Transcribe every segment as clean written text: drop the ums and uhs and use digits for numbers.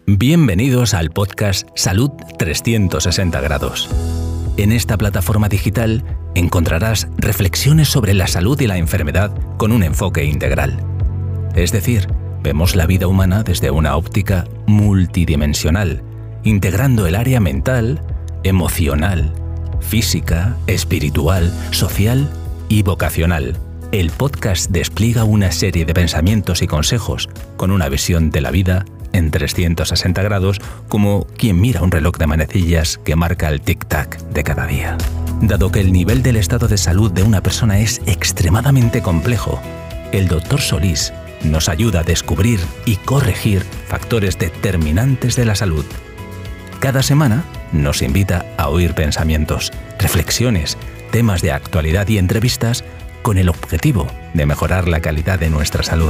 Bienvenidos al podcast Salud 360 grados. En esta plataforma digital encontrarás reflexiones sobre la salud y la enfermedad con un enfoque integral. Es decir, vemos la vida humana desde una óptica multidimensional, integrando el área mental, emocional, física, espiritual, social y vocacional. El podcast despliega una serie de pensamientos y consejos con una visión de la vida en 360 grados, como quien mira un reloj de manecillas que marca el tic-tac de cada día. Dado que el nivel del estado de salud de una persona es extremadamente complejo, el Dr. Solís nos ayuda a descubrir y corregir factores determinantes de la salud. Cada semana nos invita a oír pensamientos, reflexiones, temas de actualidad y entrevistas con el objetivo de mejorar la calidad de nuestra salud.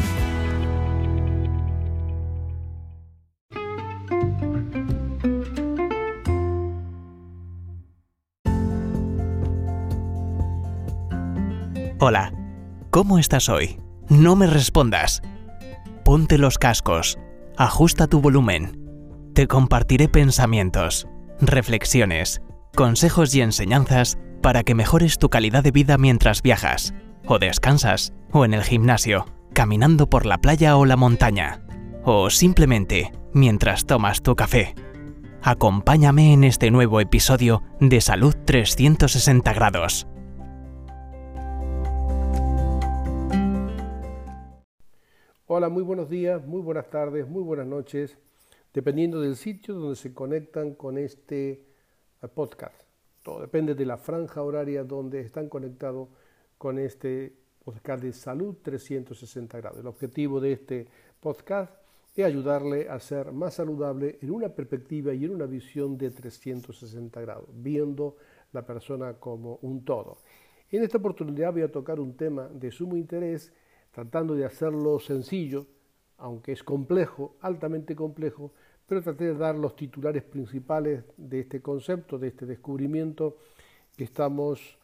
Hola, ¿cómo estás hoy? No me respondas. Ponte los cascos, ajusta tu volumen. Te compartiré pensamientos, reflexiones, consejos y enseñanzas para que mejores tu calidad de vida mientras viajas, o descansas, o en el gimnasio, caminando por la playa o la montaña, o simplemente mientras tomas tu café. Acompáñame en este nuevo episodio de Salud 360 grados. Hola, muy buenos días, muy buenas tardes, muy buenas noches, dependiendo del sitio donde se conectan con este podcast. Todo depende de la franja horaria donde están conectados con este podcast de Salud 360 grados. El objetivo de este podcast es ayudarle a ser más saludable en una perspectiva y en una visión de 360 grados, viendo la persona como un todo. En esta oportunidad voy a tocar un tema de sumo interés, tratando de hacerlo sencillo, aunque es complejo, altamente complejo, pero traté de dar los titulares principales de este concepto, de este descubrimiento que estamos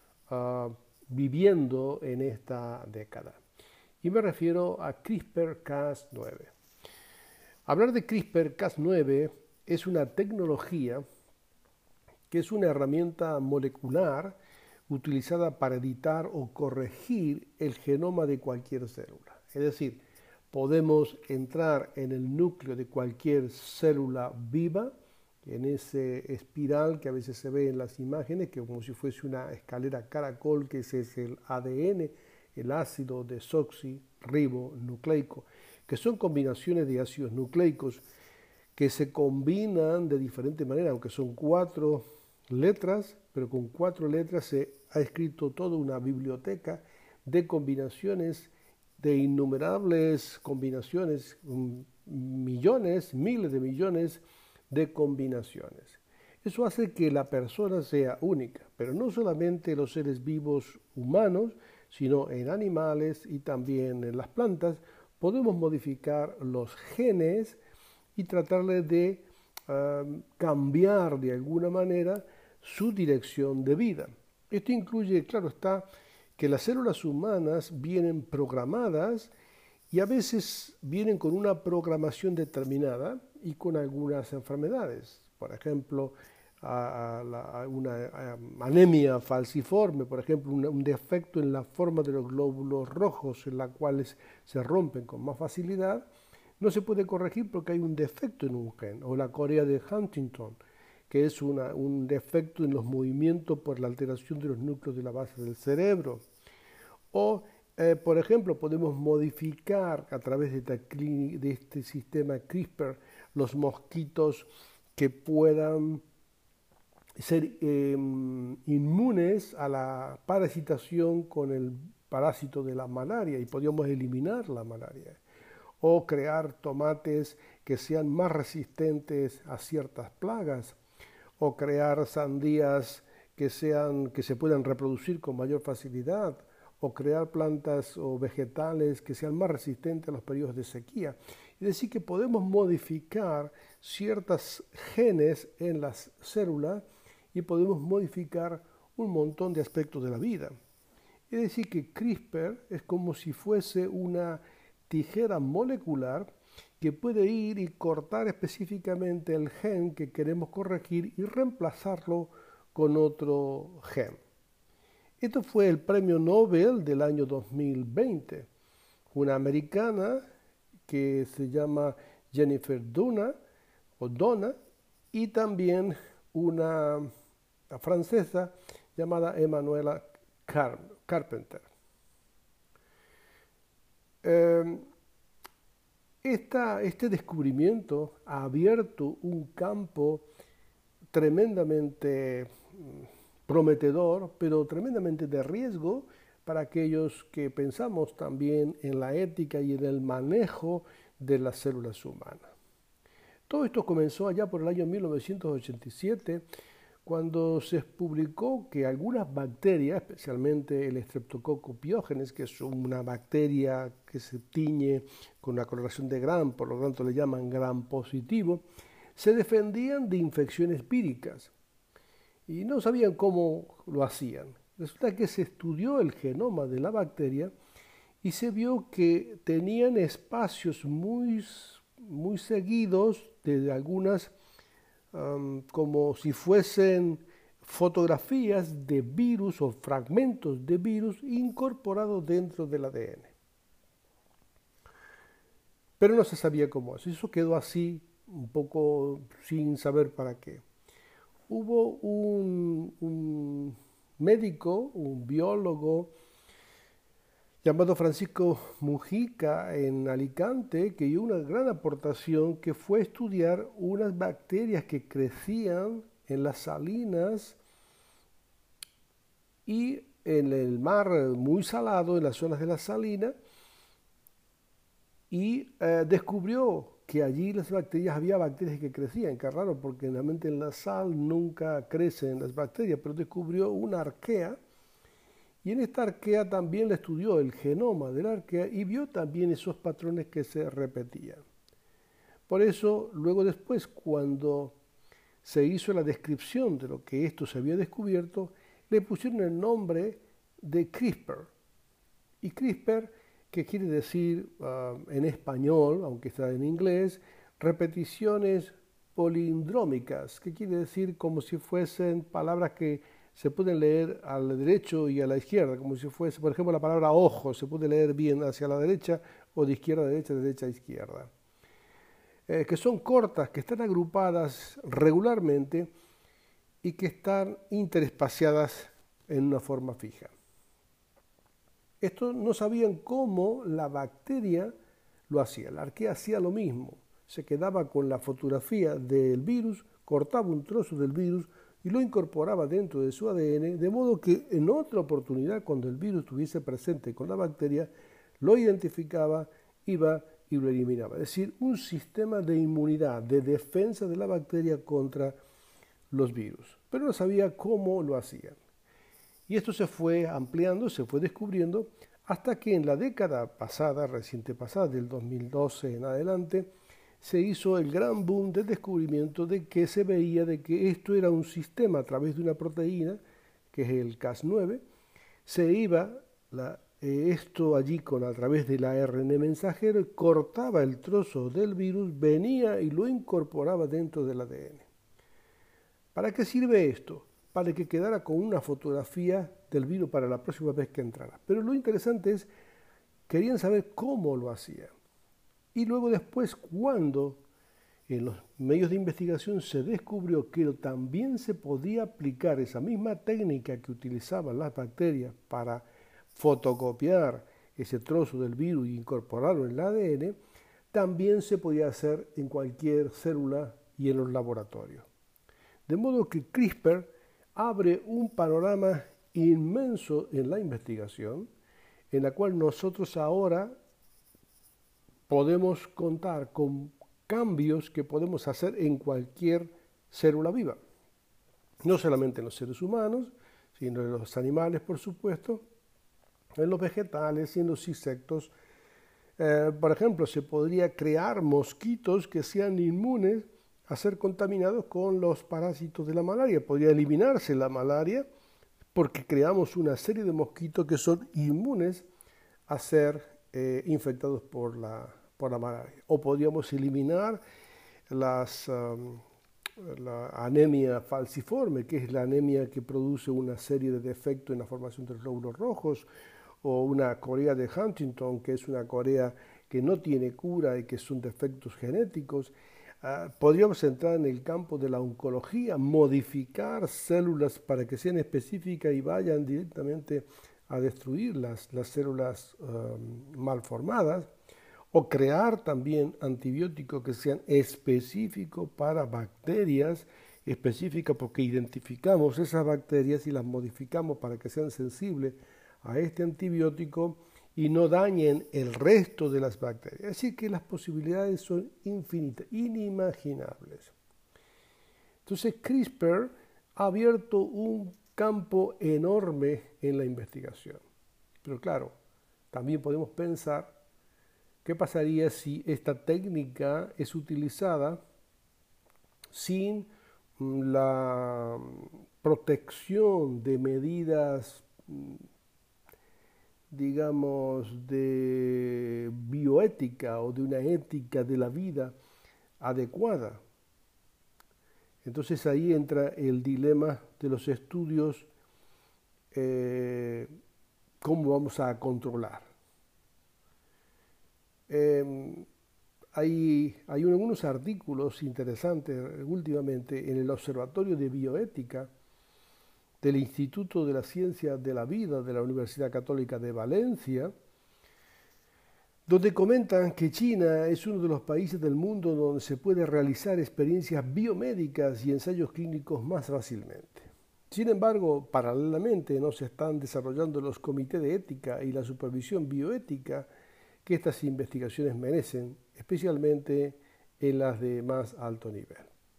viviendo en esta década. Y me refiero a CRISPR-Cas9. Hablar de CRISPR-Cas9 es una tecnología que es una herramienta molecular utilizada para editar o corregir el genoma de cualquier célula. Es decir, podemos entrar en el núcleo de cualquier célula viva, en ese espiral que a veces se ve en las imágenes, que como si fuese una escalera caracol, que ese es el ADN, el ácido desoxirribonucleico, que son combinaciones de ácidos nucleicos que se combinan de diferente manera, aunque son 4 letras, pero con 4 letras se ha escrito toda una biblioteca de combinaciones, de innumerables combinaciones, millones, miles de millones de combinaciones. Eso hace que la persona sea única, pero no solamente los seres vivos humanos, sino en animales y también en las plantas, podemos modificar los genes y tratarle de cambiar de alguna manera su dirección de vida. Esto incluye, claro está, que las células humanas vienen programadas y a veces vienen con una programación determinada y con algunas enfermedades. Por ejemplo, una anemia falciforme, por ejemplo, un defecto en la forma de los glóbulos rojos, en la cuales se rompen con más facilidad, no se puede corregir porque hay un defecto en un gen, o la corea de Huntington, que es un defecto en los movimientos por la alteración de los núcleos de la base del cerebro. O, por ejemplo, podemos modificar a través de este sistema CRISPR los mosquitos que puedan ser inmunes a la parasitación con el parásito de la malaria y podríamos eliminar la malaria. O crear tomates que sean más resistentes a ciertas plagas, o crear sandías que se puedan reproducir con mayor facilidad, o crear plantas o vegetales que sean más resistentes a los periodos de sequía. Es decir, que podemos modificar ciertos genes en las células y podemos modificar un montón de aspectos de la vida. Es decir, que CRISPR es como si fuese una tijera molecular que puede ir y cortar específicamente el gen que queremos corregir y reemplazarlo con otro gen. Esto fue el premio Nobel del año 2020. Una americana que se llama Jennifer Doudna, y también una francesa llamada Emmanuelle Carpenter. Este descubrimiento ha abierto un campo tremendamente prometedor, pero tremendamente de riesgo para aquellos que pensamos también en la ética y en el manejo de las células humanas. Todo esto comenzó allá por el año 1987, cuando se publicó que algunas bacterias, especialmente el Streptococcus pyogenes, que es una bacteria que se tiñe con una coloración de Gram, por lo tanto le llaman Gram positivo, se defendían de infecciones víricas y no sabían cómo lo hacían. Resulta que se estudió el genoma de la bacteria y se vio que tenían espacios muy seguidos de algunas, como si fuesen fotografías de virus o fragmentos de virus incorporados dentro del ADN. Pero no se sabía cómo es. Eso quedó así, un poco sin saber para qué. Hubo un médico, un biólogo, llamado Francisco Mujica en Alicante, que dio una gran aportación, que fue estudiar unas bacterias que crecían en las salinas y en el mar muy salado, en las zonas de la salina, y descubrió que allí había bacterias que crecían. Qué raro, porque realmente en la sal nunca crecen las bacterias, pero descubrió una arquea. Y en esta arquea también le estudió el genoma de la arquea y vio también esos patrones que se repetían. Por eso, luego después, cuando se hizo la descripción de lo que esto se había descubierto, le pusieron el nombre de CRISPR. Y CRISPR, que quiere decir en español, aunque está en inglés, repeticiones polindrómicas, que quiere decir como si fuesen palabras que se pueden leer al derecho y a la izquierda, como si fuese, por ejemplo, la palabra ojo, se puede leer bien hacia la derecha o de izquierda a derecha, de derecha a izquierda. Que son cortas, que están agrupadas regularmente y que están interespaciadas en una forma fija. Esto no sabían cómo la bacteria lo hacía. La arquea hacía lo mismo. Se quedaba con la fotografía del virus, cortaba un trozo del virus y lo incorporaba dentro de su ADN, de modo que en otra oportunidad, cuando el virus estuviese presente con la bacteria, lo identificaba, iba y lo eliminaba. Es decir, un sistema de inmunidad, de defensa de la bacteria contra los virus. Pero no sabía cómo lo hacían. Y esto se fue ampliando, se fue descubriendo, hasta que en la década pasada, reciente pasada, del 2012 en adelante, se hizo el gran boom del descubrimiento de que se veía de que esto era un sistema a través de una proteína, que es el Cas9, se iba esto allí a través del ARN mensajero, cortaba el trozo del virus, venía y lo incorporaba dentro del ADN. ¿Para qué sirve esto? Para que quedara con una fotografía del virus para la próxima vez que entrara. Pero lo interesante es, querían saber cómo lo hacían. Y luego después, cuando en los medios de investigación se descubrió que también se podía aplicar esa misma técnica que utilizaban las bacterias para fotocopiar ese trozo del virus e incorporarlo en el ADN, también se podía hacer en cualquier célula y en los laboratorios. De modo que CRISPR abre un panorama inmenso en la investigación, en la cual nosotros ahora podemos contar con cambios que podemos hacer en cualquier célula viva. No solamente en los seres humanos, sino en los animales, por supuesto, en los vegetales y en los insectos. Por ejemplo, se podría crear mosquitos que sean inmunes a ser contaminados con los parásitos de la malaria. Podría eliminarse la malaria porque creamos una serie de mosquitos que son inmunes a ser infectados por por la malaria. O podríamos eliminar la anemia falciforme, que es la anemia que produce una serie de defectos en la formación de los glóbulos rojos, o una corea de Huntington, que es una corea que no tiene cura y que son defectos genéticos. Podríamos entrar en el campo de la oncología, modificar células para que sean específicas y vayan directamente a destruir las células malformadas, o crear también antibióticos que sean específicos para bacterias, específicas porque identificamos esas bacterias y las modificamos para que sean sensibles a este antibiótico y no dañen el resto de las bacterias. Así que las posibilidades son infinitas, inimaginables. Entonces CRISPR ha abierto un campo enorme en la investigación. Pero claro, también podemos pensar qué pasaría si esta técnica es utilizada sin la protección de medidas, digamos, de bioética o de una ética de la vida adecuada. Entonces ahí entra el dilema de los estudios, cómo vamos a controlar. Hay algunos artículos interesantes últimamente en el Observatorio de Bioética del Instituto de la Ciencia de la Vida de la Universidad Católica de Valencia, donde comentan que China es uno de los países del mundo donde se puede realizar experiencias biomédicas y ensayos clínicos más fácilmente. Sin embargo, paralelamente no se están desarrollando los comités de ética y la supervisión bioética que estas investigaciones merecen, especialmente en las de más alto nivel.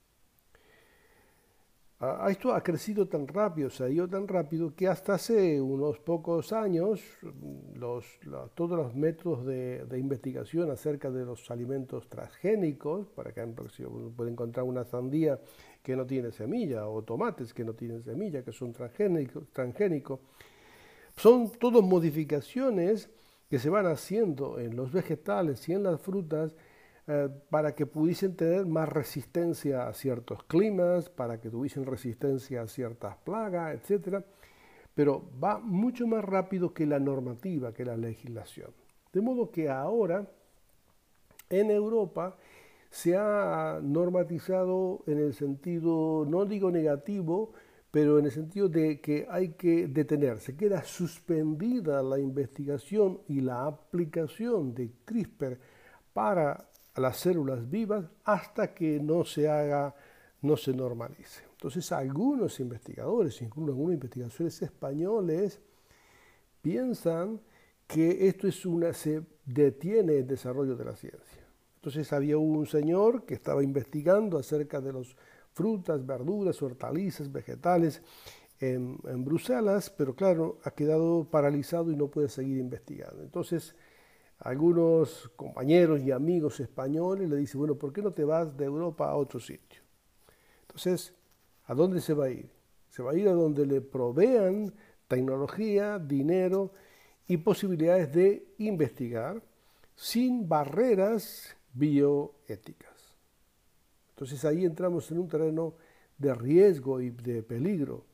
Esto ha crecido tan rápido, se ha ido tan rápido que hasta hace unos pocos años todos los métodos de investigación acerca de los alimentos transgénicos, por ejemplo, si uno puede encontrar una sandía que no tiene semilla o tomates que no tienen semilla, que son transgénicos, son todas modificaciones que se van haciendo en los vegetales y en las frutas para que pudiesen tener más resistencia a ciertos climas, para que tuviesen resistencia a ciertas plagas, etc. Pero va mucho más rápido que la normativa, que la legislación. De modo que ahora en Europa se ha normatizado en el sentido, no digo negativo, pero en el sentido de que hay que detenerse. Queda suspendida la investigación y la aplicación de CRISPR para las células vivas hasta que no se normalice. Entonces algunos investigadores, incluso algunos investigadores españoles, piensan que esto se detiene el desarrollo de la ciencia. Entonces había un señor que estaba investigando acerca de las frutas, verduras, hortalizas, vegetales en Bruselas, pero claro, ha quedado paralizado y no puede seguir investigando. Entonces algunos compañeros y amigos españoles le dicen, bueno, ¿por qué no te vas de Europa a otro sitio? Entonces, ¿a dónde se va a ir? Se va a ir a donde le provean tecnología, dinero y posibilidades de investigar sin barreras bioéticas. Entonces ahí entramos en un terreno de riesgo y de peligro,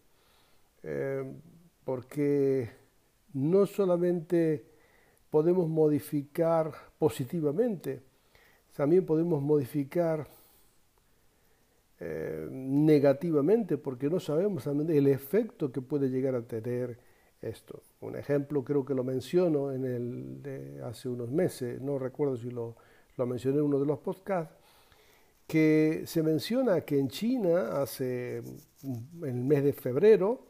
porque no solamente podemos modificar positivamente, también podemos modificar negativamente, porque no sabemos el efecto que puede llegar a tener esto. Un ejemplo, creo que lo menciono en el de hace unos meses, no recuerdo si lo mencioné en uno de los podcasts, que se menciona que en China, en el mes de febrero,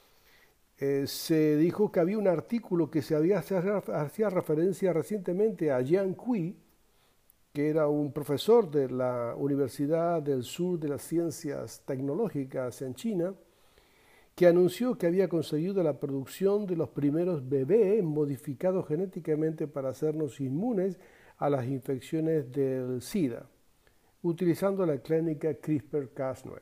se dijo que había un artículo que hacía referencia recientemente a Jiang Kui, que era un profesor de la Universidad del Sur de las Ciencias Tecnológicas en China, que anunció que había conseguido la producción de los primeros bebés modificados genéticamente para hacernos inmunes a las infecciones del SIDA, utilizando la técnica CRISPR-Cas9.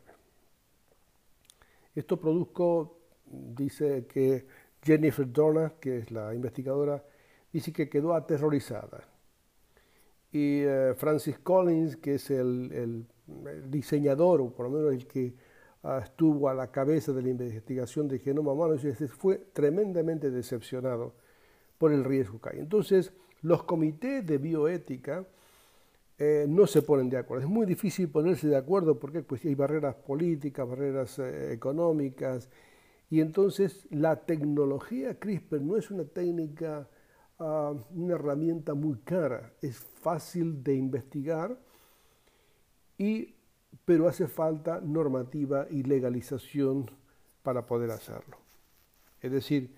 Esto produjo, dice que Jennifer Doudna, que es la investigadora, dice que quedó aterrorizada. y Francis Collins, que es el diseñador, o por lo menos el que estuvo a la cabeza de la investigación del genoma humano, fue tremendamente decepcionado por el riesgo que hay. Entonces, los comités de bioética no se ponen de acuerdo. Es muy difícil ponerse de acuerdo porque pues, hay barreras políticas, barreras económicas, y entonces la tecnología CRISPR no es una técnica, una herramienta muy cara, es fácil de investigar, pero hace falta normativa y legalización para poder hacerlo. Es decir,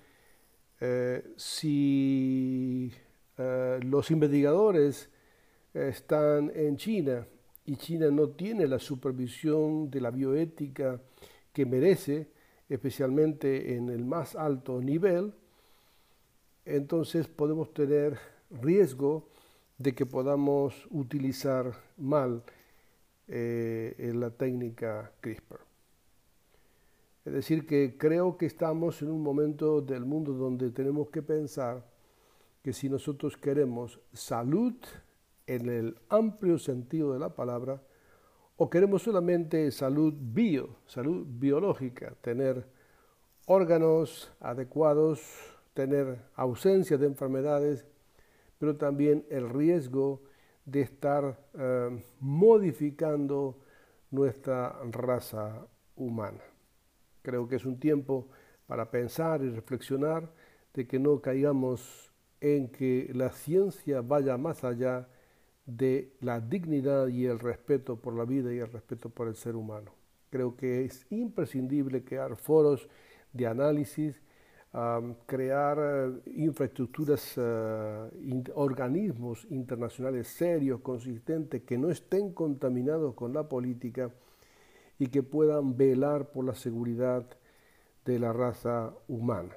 si los investigadores están en China y China no tiene la supervisión de la bioética que merece, especialmente en el más alto nivel, entonces podemos tener riesgo de que podamos utilizar mal la técnica CRISPR. Es decir, que creo que estamos en un momento del mundo donde tenemos que pensar que si nosotros queremos salud en el amplio sentido de la palabra, o queremos solamente salud biológica, tener órganos adecuados, tener ausencia de enfermedades, pero también el riesgo de estar modificando nuestra raza humana. Creo que es un tiempo para pensar y reflexionar de que no caigamos en que la ciencia vaya más allá de la dignidad y el respeto por la vida y el respeto por el ser humano. Creo que es imprescindible crear foros de análisis, crear infraestructuras, organismos internacionales serios, consistentes, que no estén contaminados con la política y que puedan velar por la seguridad de la raza humana.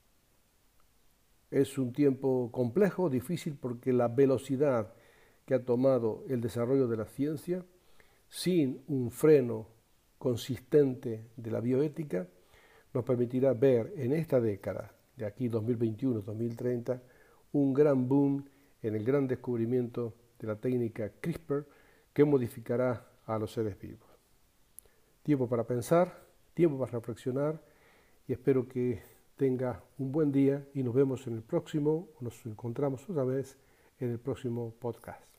Es un tiempo complejo, difícil, porque la velocidad que ha tomado el desarrollo de la ciencia, sin un freno consistente de la bioética, nos permitirá ver en esta década, de aquí 2021-2030, un gran boom en el gran descubrimiento de la técnica CRISPR que modificará a los seres vivos. Tiempo para pensar, tiempo para reflexionar, y espero que tenga un buen día y nos vemos en el próximo, nos encontramos otra vez en el próximo podcast.